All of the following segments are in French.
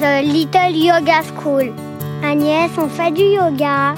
the Little Yoga School. Agnès, on fait du yoga.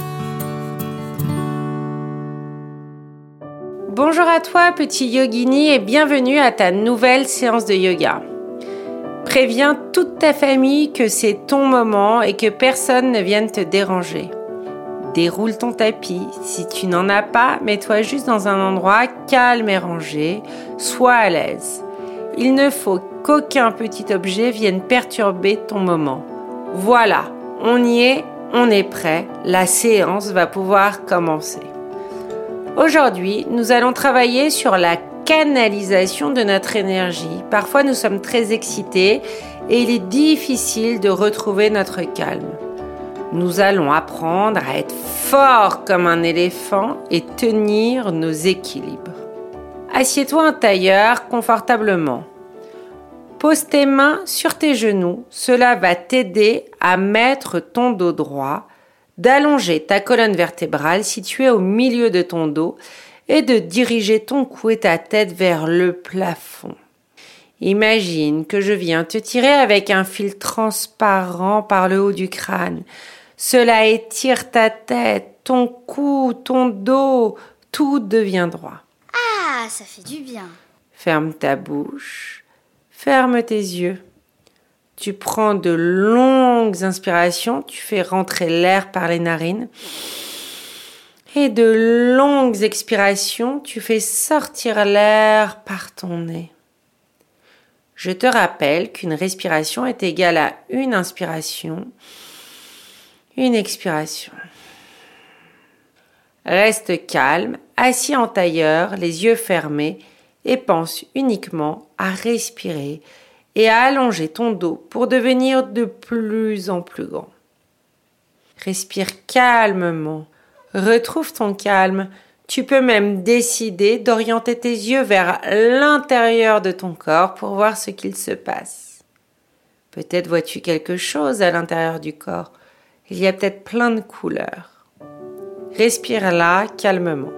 Bonjour à toi, petit yogini, et bienvenue à ta nouvelle séance de yoga. Préviens toute ta famille que c'est ton moment et que personne ne vienne te déranger. Déroule ton tapis. Si tu n'en as pas, mets-toi juste dans un endroit calme et rangé. Sois à l'aise. Il ne faut qu'aucun petit objet vienne perturber ton moment. Voilà, on y est, on est prêt. La séance va pouvoir commencer. Aujourd'hui, nous allons travailler sur la canalisation de notre énergie. Parfois, nous sommes très excités et il est difficile de retrouver notre calme. Nous allons apprendre à être forts comme un éléphant et tenir nos équilibres. Assieds-toi en tailleur confortablement. Pose tes mains sur tes genoux. Cela va t'aider à mettre ton dos droit, d'allonger ta colonne vertébrale située au milieu de ton dos et de diriger ton cou et ta tête vers le plafond. Imagine que je viens te tirer avec un fil transparent par le haut du crâne. Cela étire ta tête, ton cou, ton dos, tout devient droit. Ah, ça fait du bien. Ferme ta bouche, ferme tes yeux. Tu prends de longues inspirations, tu fais rentrer l'air par les narines. Et de longues expirations, tu fais sortir l'air par ton nez. Je te rappelle qu'une respiration est égale à une inspiration, une expiration. Reste calme, assis en tailleur, les yeux fermés et pense uniquement à respirer et à allonger ton dos pour devenir de plus en plus grand. Respire calmement, retrouve ton calme. Tu peux même décider d'orienter tes yeux vers l'intérieur de ton corps pour voir ce qu'il se passe. Peut-être vois-tu quelque chose à l'intérieur du corps. Il y a peut-être plein de couleurs. Respire là, calmement.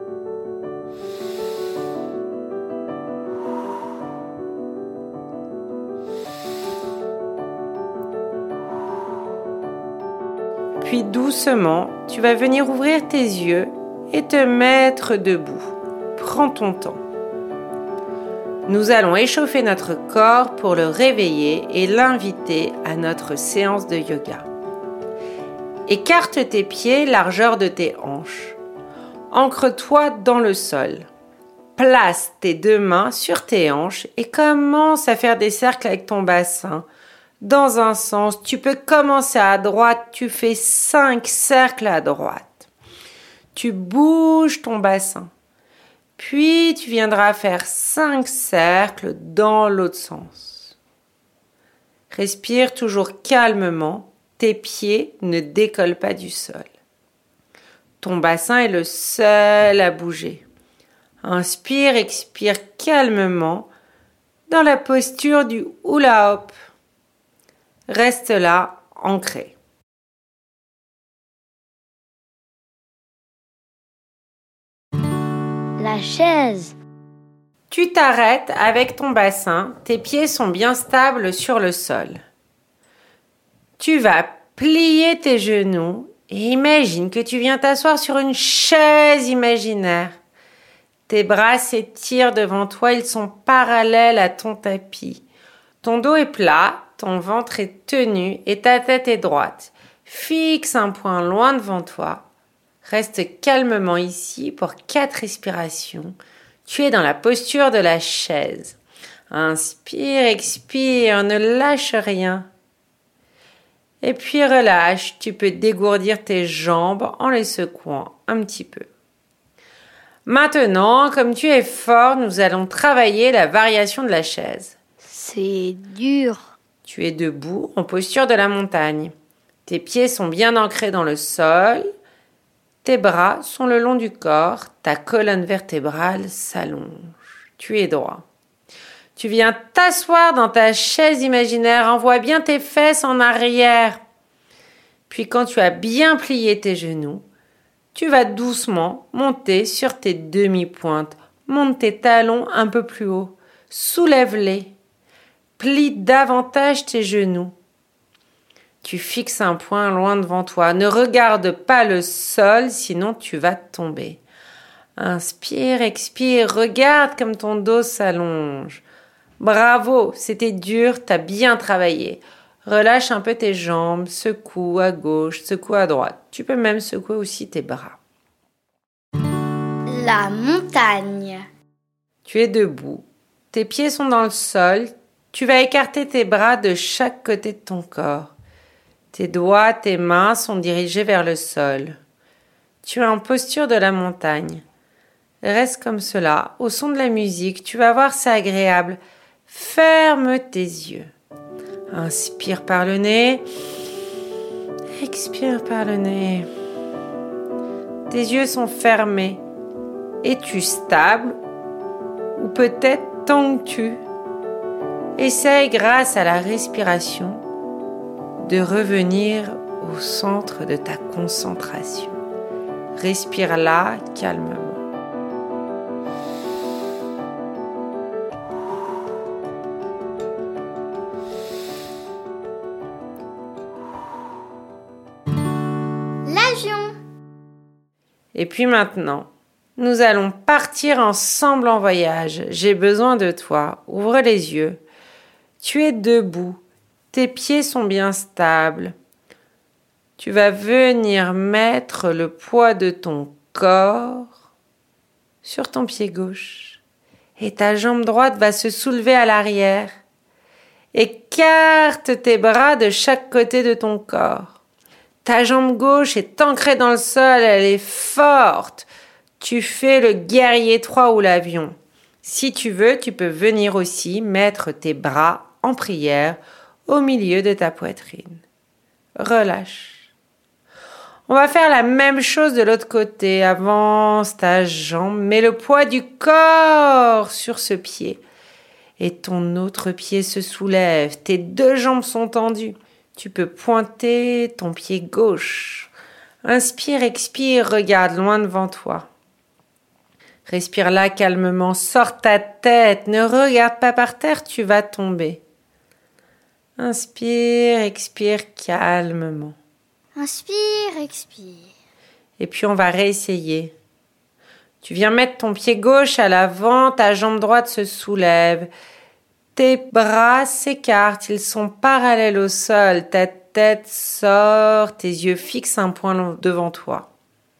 Puis doucement, tu vas venir ouvrir tes yeux et te mettre debout. Prends ton temps. Nous allons échauffer notre corps pour le réveiller et l'inviter à notre séance de yoga. Écarte tes pieds, largeur de tes hanches. Ancre-toi dans le sol. Place tes deux mains sur tes hanches et commence à faire des cercles avec ton bassin. Dans un sens, tu peux commencer à droite, tu fais 5 cercles à droite. Tu bouges ton bassin. Puis tu viendras faire 5 cercles dans l'autre sens. Respire toujours calmement. Tes pieds ne décollent pas du sol. Ton bassin est le seul à bouger. Inspire, expire calmement dans la posture du hula hoop. Reste là, ancré. La chaise. Tu t'arrêtes avec ton bassin, tes pieds sont bien stables sur le sol. Tu vas plier tes genoux et imagine que tu viens t'asseoir sur une chaise imaginaire. Tes bras s'étirent devant toi, ils sont parallèles à ton tapis. Ton dos est plat, ton ventre est tenu et ta tête est droite. Fixe un point loin devant toi. Reste calmement ici pour 4 respirations. Tu es dans la posture de la chaise. Inspire, expire, ne lâche rien. Et puis relâche, tu peux dégourdir tes jambes en les secouant un petit peu. Maintenant, comme tu es fort, nous allons travailler la variation de la chaise. C'est dur. Tu es debout en posture de la montagne. Tes pieds sont bien ancrés dans le sol. Tes bras sont le long du corps. Ta colonne vertébrale s'allonge. Tu es droit. Tu viens t'asseoir dans ta chaise imaginaire. Envoie bien tes fesses en arrière. Puis quand tu as bien plié tes genoux, tu vas doucement monter sur tes demi-pointes. Monte tes talons un peu plus haut. Soulève-les. Plie davantage tes genoux. Tu fixes un point loin devant toi. Ne regarde pas le sol, sinon tu vas tomber. Inspire, expire, regarde comme ton dos s'allonge. Bravo, c'était dur, t'as bien travaillé. Relâche un peu tes jambes, secoue à gauche, secoue à droite. Tu peux même secouer aussi tes bras. La montagne. Tu es debout. Tes pieds sont dans le sol. Tu vas écarter tes bras de chaque côté de ton corps. Tes doigts, tes mains sont dirigés vers le sol. Tu es en posture de la montagne. Reste comme cela, au son de la musique. Tu vas voir, c'est agréable. Ferme tes yeux. Inspire par le nez. Expire par le nez. Tes yeux sont fermés. Es-tu stable? Ou peut-être tangues-tu? Essaye, grâce à la respiration, de revenir au centre de ta concentration. Respire là, calmement. L'avion. Et puis maintenant, nous allons partir ensemble en voyage. J'ai besoin de toi. Ouvre les yeux. Tu es debout. Tes pieds sont bien stables. Tu vas venir mettre le poids de ton corps sur ton pied gauche. Et ta jambe droite va se soulever à l'arrière. Écarte tes bras de chaque côté de ton corps. Ta jambe gauche est ancrée dans le sol, elle est forte. Tu fais le guerrier 3 ou l'avion. Si tu veux, tu peux venir aussi mettre tes bras en prière au milieu de ta poitrine. Relâche. On va faire la même chose de l'autre côté. Avance ta jambe, mets le poids du corps sur ce pied. Et ton autre pied se soulève. Tes deux jambes sont tendues. Tu peux pointer ton pied gauche. Inspire, expire, regarde loin devant toi. Respire là calmement, sors ta tête, ne regarde pas par terre, tu vas tomber. Inspire, expire calmement. Inspire, expire. Et puis on va réessayer. Tu viens mettre ton pied gauche à l'avant, ta jambe droite se soulève. Tes bras s'écartent, ils sont parallèles au sol. Ta tête sort, tes yeux fixent un point devant toi.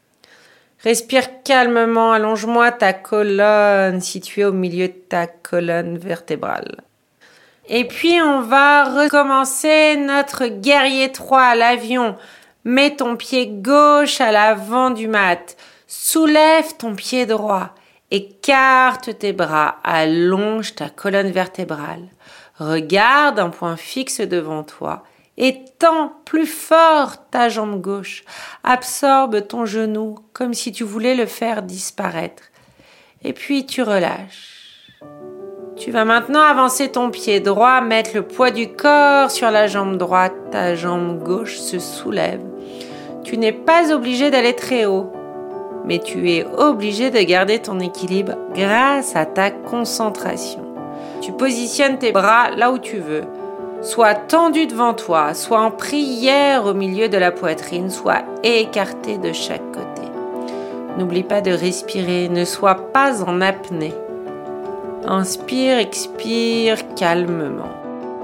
Respire calmement, allonge-moi ta colonne située au milieu de ta colonne vertébrale. Et puis on va recommencer notre guerrier 3 à l'avion. Mets ton pied gauche à l'avant du mat. Soulève ton pied droit. Écarte tes bras, allonge ta colonne vertébrale. Regarde un point fixe devant toi. Étends plus fort ta jambe gauche. Absorbe ton genou comme si tu voulais le faire disparaître. Et puis tu relâches. Tu vas maintenant avancer ton pied droit, mettre le poids du corps sur la jambe droite. Ta jambe gauche se soulève. Tu n'es pas obligé d'aller très haut, mais tu es obligé de garder ton équilibre grâce à ta concentration. Tu positionnes tes bras là où tu veux. Soit tendu devant toi, soit en prière au milieu de la poitrine, soit écarté de chaque côté. N'oublie pas de respirer, ne sois pas en apnée. Inspire, expire calmement.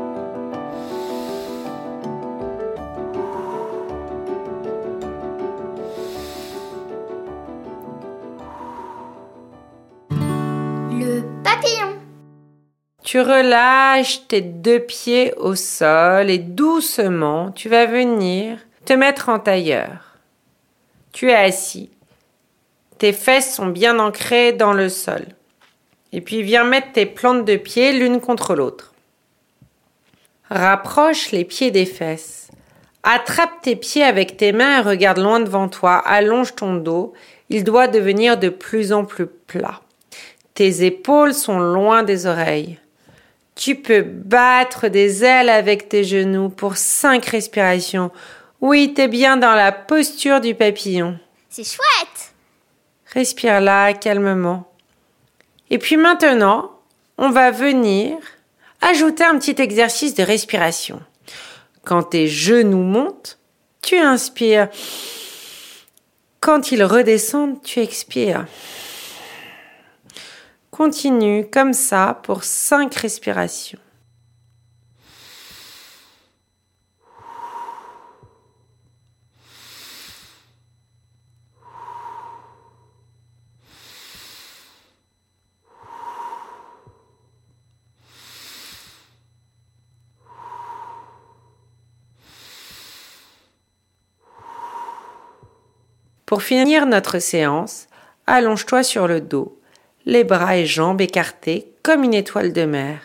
Le papillon. Tu relâches tes deux pieds au sol et doucement, tu vas venir te mettre en tailleur. Tu es assis. Tes fesses sont bien ancrées dans le sol. Et puis viens mettre tes plantes de pied l'une contre l'autre. Rapproche les pieds des fesses. Attrape tes pieds avec tes mains et regarde loin devant toi. Allonge ton dos. Il doit devenir de plus en plus plat. Tes épaules sont loin des oreilles. Tu peux battre des ailes avec tes genoux pour 5 respirations. Oui, t'es bien dans la posture du papillon. C'est chouette! Respire là, calmement. Et puis maintenant, on va venir ajouter un petit exercice de respiration. Quand tes genoux montent, tu inspires. Quand ils redescendent, tu expires. Continue comme ça pour 5 respirations. Pour finir notre séance, allonge-toi sur le dos, les bras et jambes écartés comme une étoile de mer.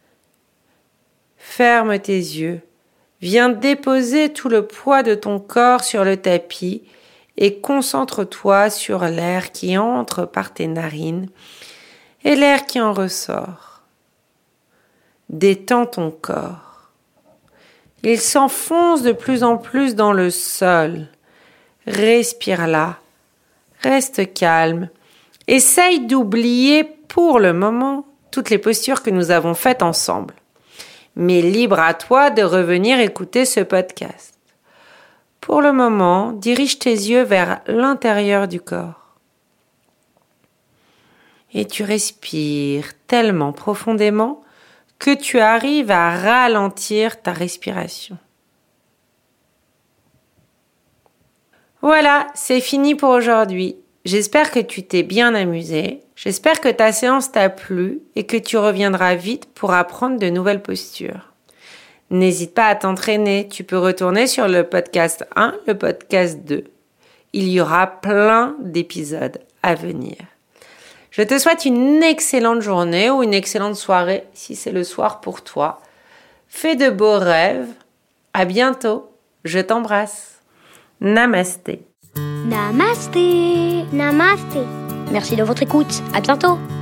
Ferme tes yeux, viens déposer tout le poids de ton corps sur le tapis et concentre-toi sur l'air qui entre par tes narines et l'air qui en ressort. Détends ton corps. Il s'enfonce de plus en plus dans le sol. Respire là, reste calme. Essaye d'oublier pour le moment toutes les postures que nous avons faites ensemble. Mais libre à toi de revenir écouter ce podcast. Pour le moment, dirige tes yeux vers l'intérieur du corps. Et tu respires tellement profondément que tu arrives à ralentir ta respiration. Voilà, c'est fini pour aujourd'hui. J'espère que tu t'es bien amusé. J'espère que ta séance t'a plu et que tu reviendras vite pour apprendre de nouvelles postures. N'hésite pas à t'entraîner. Tu peux retourner sur le podcast 1, le podcast 2. Il y aura plein d'épisodes à venir. Je te souhaite une excellente journée ou une excellente soirée si c'est le soir pour toi. Fais de beaux rêves. À bientôt. Je t'embrasse. Namasté. Namasté. Namasté. Merci de votre écoute. À bientôt.